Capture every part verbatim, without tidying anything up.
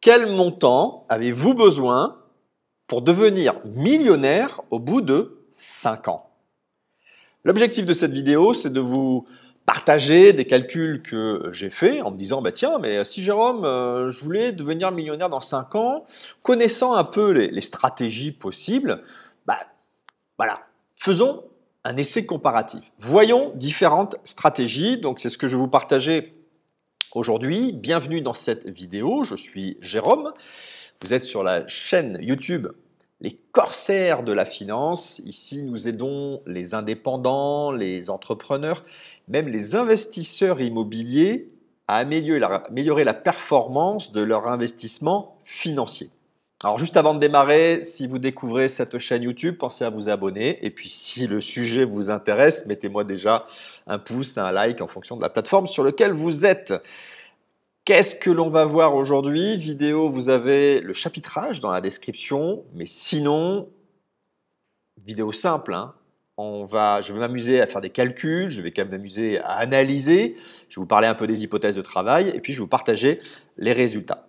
Quel montant avez-vous besoin pour devenir millionnaire au bout de cinq ans? L'objectif de cette vidéo, c'est de vous partager des calculs que j'ai faits en me disant bah tiens, mais si Jérôme, euh, je voulais devenir millionnaire dans cinq ans, connaissant un peu les, les stratégies possibles, bah voilà, faisons un essai comparatif. Voyons différentes stratégies. Donc c'est ce que je vais vous partager aujourd'hui. Bienvenue dans cette vidéo. Je suis Jérôme. Vous êtes sur la chaîne YouTube Les Corsaires de la Finance. Ici, nous aidons les indépendants, les entrepreneurs, même les investisseurs immobiliers à améliorer la, améliorer la performance de leur investissement financier. Alors juste avant de démarrer, si vous découvrez cette chaîne YouTube, pensez à vous abonner. Et puis si le sujet vous intéresse, mettez-moi déjà un pouce, un like en fonction de la plateforme sur laquelle vous êtes. Qu'est-ce que l'on va voir aujourd'hui? Vidéo, vous avez le chapitrage dans la description, mais sinon, vidéo simple, hein. On va, je vais m'amuser à faire des calculs, je vais quand même m'amuser à analyser, je vais vous parler un peu des hypothèses de travail et puis je vais vous partager les résultats.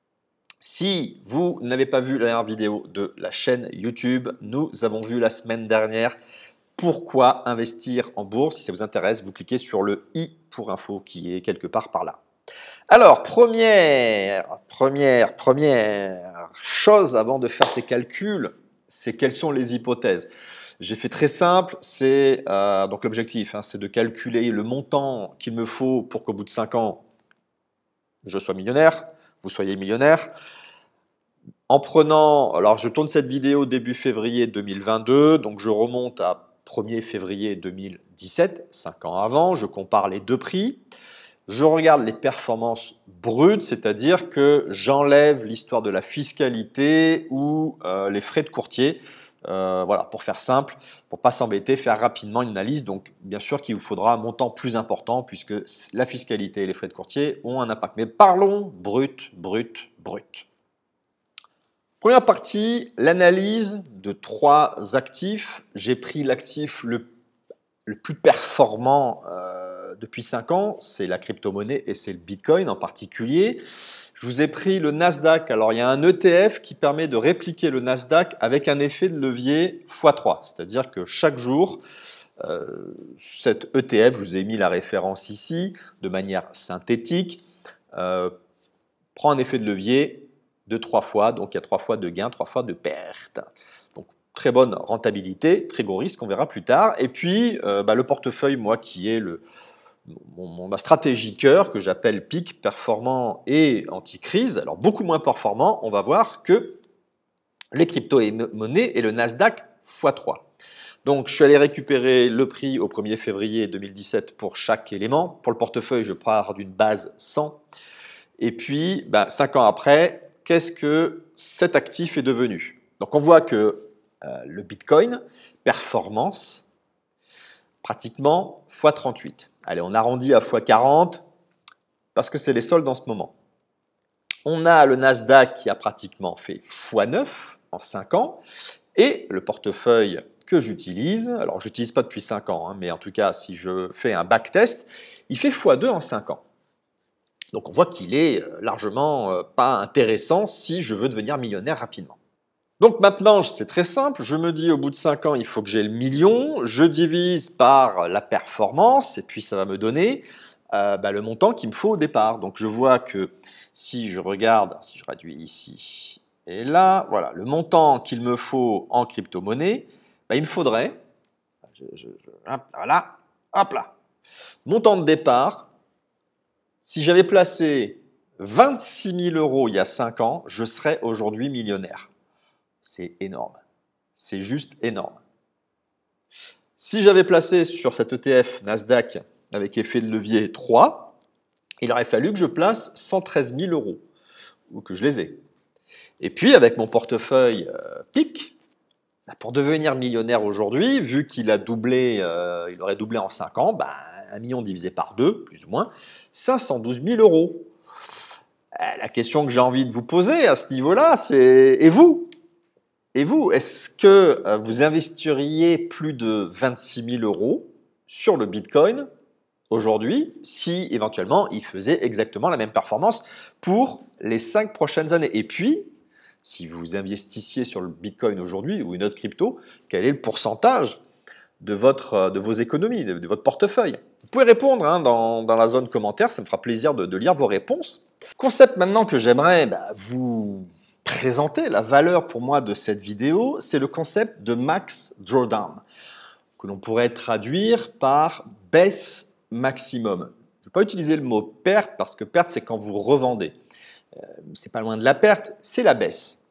Si vous n'avez pas vu la dernière vidéo de la chaîne YouTube, nous avons vu la semaine dernière pourquoi investir en bourse. Si ça vous intéresse, vous cliquez sur le i pour info qui est quelque part par là. Alors, première, première, première chose avant de faire ces calculs, c'est quelles sont les hypothèses. J'ai fait très simple, c'est euh, donc l'objectif, hein, c'est de calculer le montant qu'il me faut pour qu'au bout de cinq ans, je sois millionnaire, vous soyez millionnaire. En prenant, alors je tourne cette vidéo début février deux mille vingt-deux, donc je remonte à premier février deux mille dix-sept, cinq ans avant, je compare les deux prix. Je regarde les performances brutes, c'est-à-dire que j'enlève l'histoire de la fiscalité ou euh, les frais de courtier. Euh, voilà, pour faire simple, pour ne pas s'embêter, faire rapidement une analyse. Donc, bien sûr qu'il vous faudra un montant plus important puisque la fiscalité et les frais de courtier ont un impact. Mais parlons brut, brut, brut. Première partie, l'analyse de trois actifs. J'ai pris l'actif le, le plus performant euh, depuis cinq ans, c'est la crypto-monnaie et c'est le Bitcoin en particulier. Je vous ai pris le Nasdaq. Alors, il y a un E T F qui permet de répliquer le Nasdaq avec un effet de levier fois trois. C'est-à-dire que chaque jour, euh, cet E T F, je vous ai mis la référence ici, de manière synthétique, euh, prend un effet de levier de trois fois. Donc, il y a trois fois de gains, trois fois de pertes. Donc, très bonne rentabilité, très gros risque, on verra plus tard. Et puis, euh, bah, le portefeuille, moi, qui est le, mon, mon, ma stratégie cœur, que j'appelle P I C, performant et anti-crise, alors beaucoup moins performant, on va voir que les crypto-monnaies et le Nasdaq fois trois. Donc, je suis allé récupérer le prix au premier février deux mille dix-sept pour chaque élément. Pour le portefeuille, je pars d'une base cent. Et puis, bah, cinq ans après, qu'est-ce que cet actif est devenu? Donc, on voit que euh, le Bitcoin, performance, pratiquement fois trente-huit. Allez, on arrondit à fois quarante parce que c'est les soldes en ce moment. On a le Nasdaq qui a pratiquement fait fois neuf en cinq ans et le portefeuille que j'utilise, alors je n'utilise pas depuis cinq ans, hein, mais en tout cas, si je fais un backtest, il fait fois deux en cinq ans. Donc on voit qu'il est largement euh, pas intéressant si je veux devenir millionnaire rapidement. Donc maintenant, c'est très simple, je me dis au bout de cinq ans, il faut que j'ai le million, je divise par la performance et puis ça va me donner euh, bah, le montant qu'il me faut au départ. Donc je vois que si je regarde, si je réduis ici et là, voilà, le montant qu'il me faut en crypto-monnaie, bah, il me faudrait, je, je, je, hop, voilà, hop là, montant de départ. Si j'avais placé vingt-six mille euros il y a cinq ans, je serais aujourd'hui millionnaire. C'est énorme. C'est juste énorme. Si j'avais placé sur cet E T F Nasdaq avec effet de levier trois, il aurait fallu que je place cent treize mille euros ou que je les ai. Et puis avec mon portefeuille euh, P I C, pour devenir millionnaire aujourd'hui, vu qu'il a doublé, euh, il aurait doublé en cinq ans, ben, un million divisé par deux, plus ou moins, cinq cent douze mille euros. La question que j'ai envie de vous poser à ce niveau-là, c'est et vous? Et vous, est-ce que vous investiriez plus de vingt-six mille euros sur le Bitcoin aujourd'hui si éventuellement il faisait exactement la même performance pour les cinq prochaines années. Et puis, si vous investissiez sur le Bitcoin aujourd'hui ou une autre crypto, quel est le pourcentage de, votre, de vos économies, de, de votre portefeuille? Vous pouvez répondre hein, dans, dans la zone commentaire, ça me fera plaisir de, de lire vos réponses. Concept maintenant que j'aimerais bah, vous présenter, la valeur pour moi de cette vidéo, c'est le concept de max drawdown, que l'on pourrait traduire par baisse maximum. Je ne vais pas utiliser le mot perte parce que perte c'est quand vous revendez. Euh, c'est pas loin de la perte, c'est la baisse.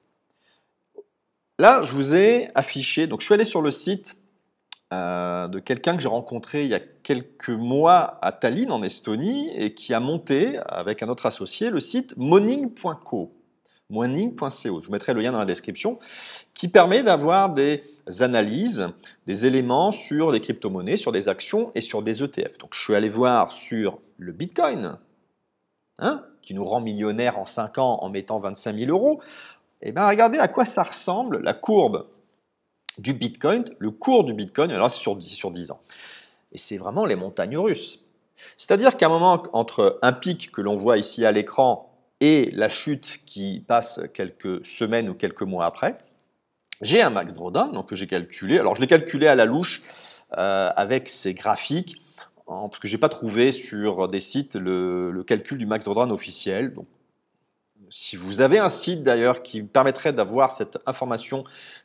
Là, je vous ai affiché, donc je suis allé sur le site euh, de quelqu'un que j'ai rencontré il y a quelques mois à Tallinn en Estonie et qui a monté avec un autre associé le site morning point co. morning point co. Je vous mettrai le lien dans la description, qui permet d'avoir des analyses, des éléments sur les crypto-monnaies, sur des actions et sur des E T F. Donc je suis allé voir sur le Bitcoin, hein, qui nous rend millionnaire en cinq ans en mettant vingt-cinq mille euros. Et bien regardez à quoi ça ressemble la courbe du Bitcoin, le cours du Bitcoin, alors c'est sur dix, sur dix ans. Et c'est vraiment les montagnes russes. C'est-à-dire qu'à un moment, entre un pic que l'on voit ici à l'écran et la chute qui passe quelques semaines ou quelques mois après, j'ai un max drawdown donc, que j'ai calculé. Alors je l'ai calculé à la louche euh, avec ces graphiques, en, parce que je n'ai pas trouvé sur des sites le, le calcul du max drawdown officiel. Donc, si vous avez un site d'ailleurs qui permettrait d'avoir cette information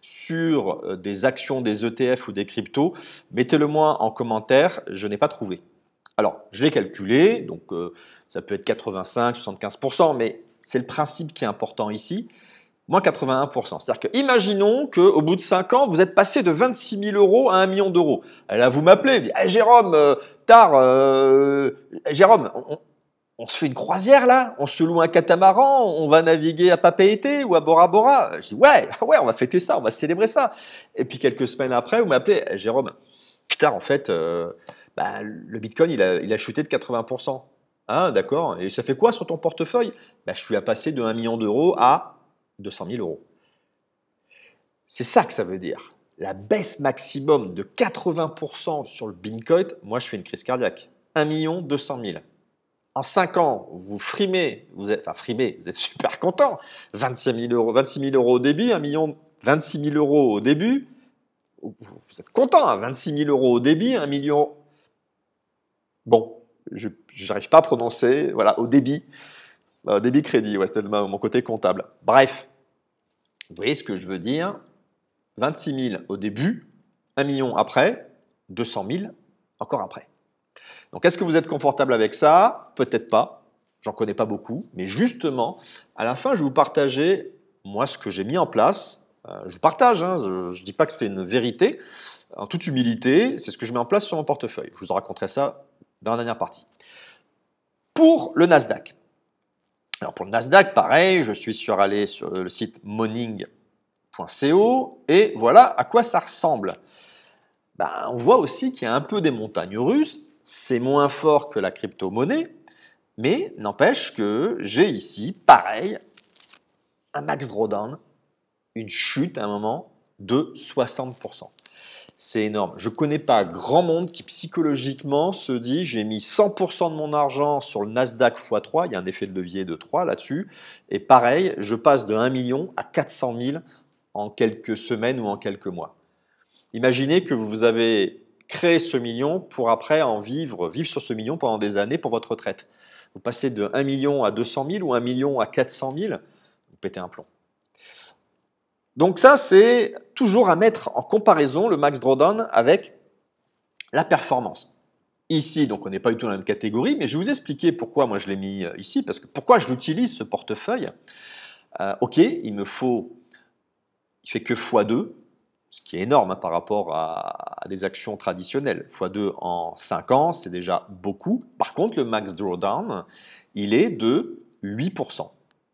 sur des actions, des E T F ou des cryptos, mettez-le moi en commentaire, je n'ai pas trouvé. Alors, je l'ai calculé, donc euh, ça peut être quatre-vingt-cinq, soixante-quinze pour cent, mais c'est le principe qui est important ici, moins quatre-vingt-un pour cent. C'est-à-dire que, imaginons qu'au bout de cinq ans, vous êtes passé de vingt-six mille euros à un million d'euros. Et là, vous m'appelez, vous dites hey, « Jérôme, euh, tard, euh, Jérôme, on, on se fait une croisière là, on se loue un catamaran, on va naviguer à Papeete ou à Bora Bora. » Je dis ouais, ouais, on va fêter ça, on va célébrer ça. Et puis quelques semaines après, vous m'appelez, hey, Jérôme, putain, en fait, euh, bah, le Bitcoin, il a, il a chuté de quatre-vingts pour cent. Ah, d'accord. Et ça fait quoi sur ton portefeuille? Bah, je suis à passer de un million d'euros à deux cent mille euros. C'est ça que ça veut dire. La baisse maximum de quatre-vingts pour cent sur le Bitcoin, moi, je fais une crise cardiaque. un million deux cent mille. En cinq ans, vous frimez, vous êtes, enfin frimez, vous êtes super content. vingt-six mille euros, vingt-six mille euros au début, un million, vingt-six mille euros au début. Vous êtes content, hein, vingt-six mille euros au débit, un million. Bon, je n'arrive pas à prononcer, voilà, au débit. Au débit crédit, ouais, c'était mon côté comptable. Bref, vous voyez ce que je veux dire? vingt-six mille au début, un million après, deux cent mille encore après. Donc, est-ce que vous êtes confortable avec ça? Peut-être pas. J'en connais pas beaucoup. Mais justement, à la fin, je vais vous partager, moi, ce que j'ai mis en place. Euh, je vous partage, hein, je ne dis pas que c'est une vérité. En toute humilité, c'est ce que je mets en place sur mon portefeuille. Je vous raconterai ça dans la dernière partie. Pour le Nasdaq. Alors, pour le Nasdaq, pareil, je suis sur allé sur le site morning point co et voilà à quoi ça ressemble. Ben, on voit aussi qu'il y a un peu des montagnes russes. C'est moins fort que la crypto-monnaie, mais n'empêche que j'ai ici, pareil, un max drawdown, une chute à un moment de soixante pour cent. C'est énorme. Je ne connais pas grand monde qui psychologiquement se dit j'ai mis cent pour cent de mon argent sur le Nasdaq fois trois, il y a un effet de levier de trois là-dessus, et pareil, je passe de un million à quatre cent mille en quelques semaines ou en quelques mois. Imaginez que vous avez créé ce million pour après en vivre, vivre sur ce million pendant des années pour votre retraite. Vous passez de un million à deux cent mille ou un million à quatre cent mille, vous pétez un plomb. Donc ça, c'est toujours à mettre en comparaison le max drawdown avec la performance. Ici, donc on n'est pas du tout dans la même catégorie, mais je vais vous expliquer pourquoi moi je l'ai mis ici, parce que pourquoi je l'utilise ce portefeuille. Euh, ok, il me faut, il fait que fois deux, ce qui est énorme hein, par rapport à, à des actions traditionnelles. fois deux en cinq ans, c'est déjà beaucoup. Par contre, le max drawdown, il est de huit pour cent.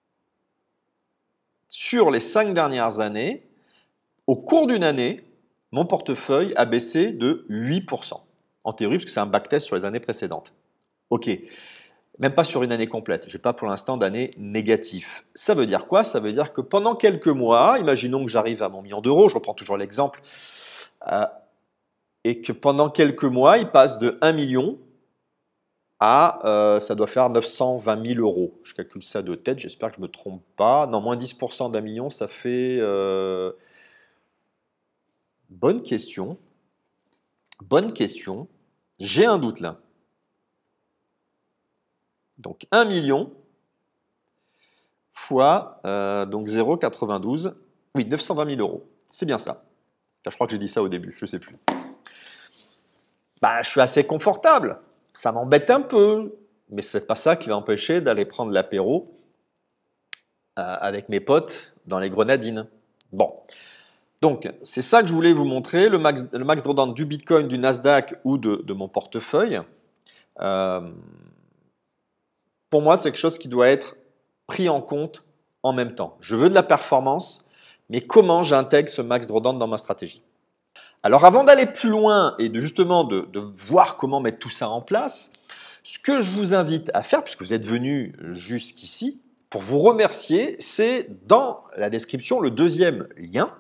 Sur les cinq dernières années, au cours d'une année, mon portefeuille a baissé de huit pour cent. En théorie, parce que c'est un backtest sur les années précédentes. Ok, même pas sur une année complète. Je n'ai pas pour l'instant d'année négative. Ça veut dire quoi? Ça veut dire que pendant quelques mois, imaginons que j'arrive à mon million d'euros, je reprends toujours l'exemple, euh, et que pendant quelques mois, il passe de un million à, euh, ça doit faire neuf cent vingt mille euros. Je calcule ça de tête, j'espère que je ne me trompe pas. Non, moins dix pour cent d'un million, ça fait... euh, Bonne question. Bonne question. J'ai un doute là. Donc un million fois euh, donc zéro virgule quatre-vingt-douze. Oui, neuf cent vingt mille euros. C'est bien ça. Enfin, je crois que j'ai dit ça au début, je ne sais plus. Bah, je suis assez confortable. Ça m'embête un peu, mais c'est pas ça qui va empêcher d'aller prendre l'apéro euh, avec mes potes dans les Grenadines. Bon. Donc, c'est ça que je voulais vous montrer, le max, le max drawdown du Bitcoin, du Nasdaq ou de, de mon portefeuille. Euh, pour moi, c'est quelque chose qui doit être pris en compte en même temps. Je veux de la performance, mais comment j'intègre ce max drawdown dans ma stratégie? Alors, avant d'aller plus loin et de justement de, de voir comment mettre tout ça en place, ce que je vous invite à faire, puisque vous êtes venu jusqu'ici, pour vous remercier, c'est dans la description le deuxième lien.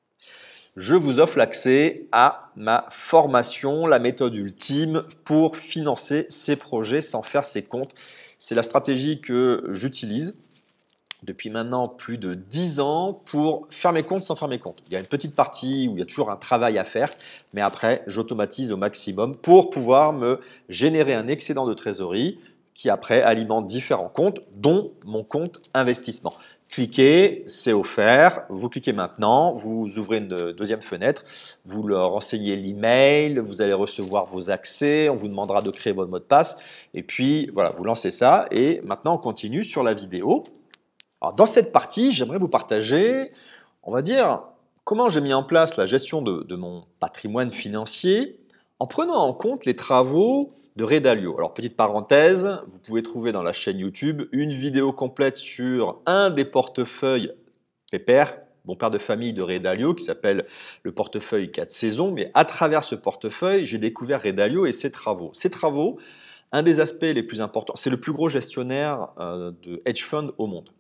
Je vous offre l'accès à ma formation, la méthode ultime pour financer ses projets sans faire ses comptes. C'est la stratégie que j'utilise depuis maintenant plus de dix ans pour faire mes comptes sans faire mes comptes. Il y a une petite partie où il y a toujours un travail à faire, mais après, j'automatise au maximum pour pouvoir me générer un excédent de trésorerie qui après alimente différents comptes, dont mon compte investissement. Cliquez, c'est offert, vous cliquez maintenant, vous ouvrez une deuxième fenêtre, vous leur renseignez l'email, vous allez recevoir vos accès, on vous demandera de créer votre mot de passe, et puis voilà, vous lancez ça, et maintenant on continue sur la vidéo. Alors dans cette partie, j'aimerais vous partager, on va dire, comment j'ai mis en place la gestion de, de mon patrimoine financier en prenant en compte les travaux de Ray Dalio. Alors petite parenthèse, vous pouvez trouver dans la chaîne YouTube une vidéo complète sur un des portefeuilles pépère, bon père de famille de Ray Dalio, qui s'appelle le portefeuille quatre saisons. Mais à travers ce portefeuille, j'ai découvert Ray Dalio et ses travaux. Ses travaux, un des aspects les plus importants, c'est le plus gros gestionnaire euh, de hedge fund au monde.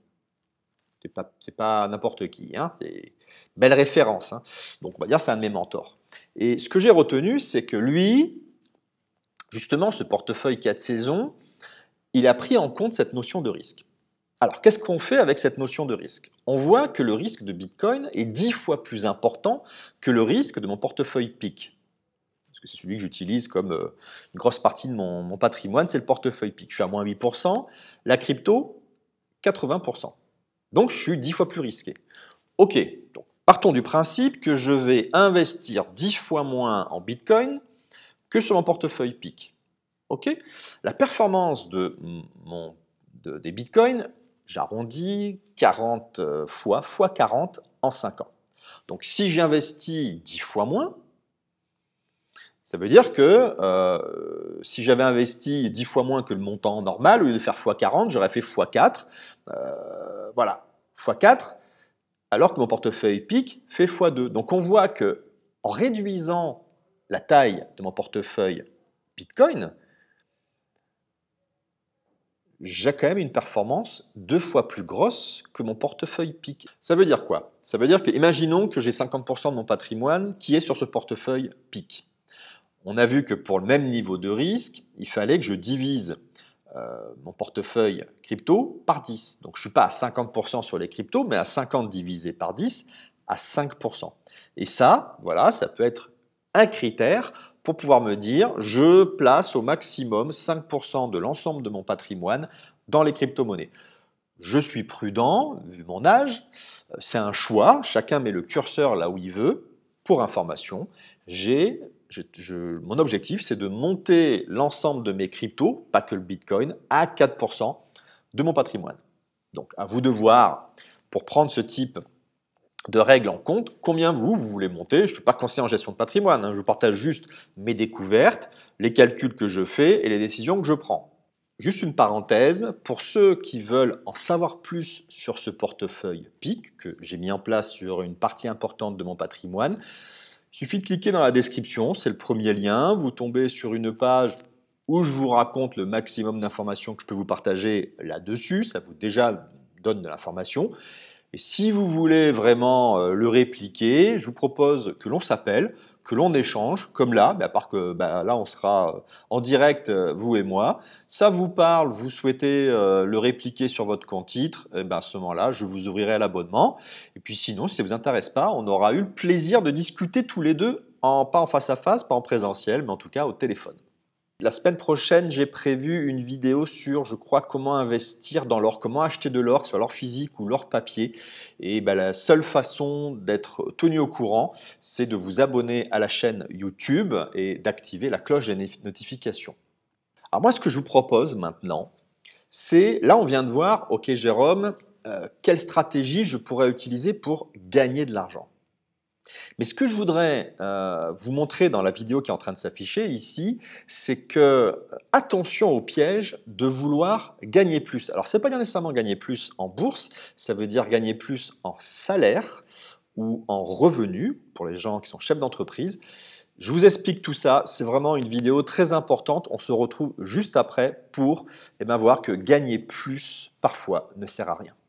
C'est pas, c'est pas n'importe qui, hein, c'est belle référence. Hein. Donc on va dire c'est un de mes mentors. Et ce que j'ai retenu, c'est que lui, justement, ce portefeuille quatre saisons, il a pris en compte cette notion de risque. Alors, qu'est-ce qu'on fait avec cette notion de risque? On voit que le risque de Bitcoin est dix fois plus important que le risque de mon portefeuille P I C. Parce que c'est celui que j'utilise comme euh, une grosse partie de mon, mon patrimoine, c'est le portefeuille P I C. Je suis à moins huit pour cent, la crypto, quatre-vingts pour cent. Donc, je suis dix fois plus risqué. Ok, donc partons du principe que je vais investir dix fois moins en Bitcoin que sur mon portefeuille P I C. Ok, la performance de mon, de, des Bitcoins, j'arrondis quarante fois, fois quarante en cinq ans. Donc si j'investis dix fois moins, ça veut dire que euh, si j'avais investi dix fois moins que le montant normal, au lieu de faire fois quarante, j'aurais fait fois quatre. Euh, voilà, fois quatre, alors que mon portefeuille P I C fait fois deux. Donc on voit que en réduisant la taille de mon portefeuille Bitcoin, j'ai quand même une performance deux fois plus grosse que mon portefeuille P I C. Ça veut dire quoi? Ça veut dire que, imaginons que j'ai cinquante pour cent de mon patrimoine qui est sur ce portefeuille P I C. On a vu que pour le même niveau de risque, il fallait que je divise euh, mon portefeuille crypto par dix. Donc je ne suis pas à cinquante pour cent sur les cryptos, mais à cinquante divisé par dix, à cinq pour cent. Et ça, voilà, ça peut être un critère pour pouvoir me dire, je place au maximum cinq pour cent de l'ensemble de mon patrimoine dans les crypto-monnaies. Je suis prudent, vu mon âge, c'est un choix, chacun met le curseur là où il veut. Pour information, j'ai, je, je, mon objectif, c'est de monter l'ensemble de mes cryptos, pas que le Bitcoin, à quatre pour cent de mon patrimoine. Donc, à vous de voir, pour prendre ce type de règles en compte, combien vous, vous voulez monter. Je ne suis pas conseiller en gestion de patrimoine, hein, je partage juste mes découvertes, les calculs que je fais et les décisions que je prends. Juste une parenthèse, pour ceux qui veulent en savoir plus sur ce portefeuille P I C que j'ai mis en place sur une partie importante de mon patrimoine, il suffit de cliquer dans la description, c'est le premier lien, vous tombez sur une page où je vous raconte le maximum d'informations que je peux vous partager là-dessus, ça vous déjà donne de l'information. Et si vous voulez vraiment le répliquer, je vous propose que l'on s'appelle que l'on échange, comme là, mais à part que bah, là on sera en direct, euh, vous et moi. Ça vous parle, vous souhaitez euh, le répliquer sur votre compte titre, et ben, à ce moment-là, je vous ouvrirai l'abonnement. Et puis sinon, si ça ne vous intéresse pas, on aura eu le plaisir de discuter tous les deux, en, pas en face à face, pas en présentiel, mais en tout cas au téléphone. La semaine prochaine, j'ai prévu une vidéo sur, je crois, comment investir dans l'or, comment acheter de l'or, que ce soit l'or physique ou l'or papier. Et ben, la seule façon d'être tenu au courant, c'est de vous abonner à la chaîne YouTube et d'activer la cloche des notifications. Alors moi, ce que je vous propose maintenant, c'est, là on vient de voir, ok Jérôme, euh, quelle stratégie je pourrais utiliser pour gagner de l'argent. Mais ce que je voudrais euh, vous montrer dans la vidéo qui est en train de s'afficher ici, c'est que attention au piège de vouloir gagner plus. Alors, ce n'est pas nécessairement gagner plus en bourse, ça veut dire gagner plus en salaire ou en revenus pour les gens qui sont chefs d'entreprise. Je vous explique tout ça, c'est vraiment une vidéo très importante. On se retrouve juste après pour eh bien, voir que gagner plus, parfois, ne sert à rien.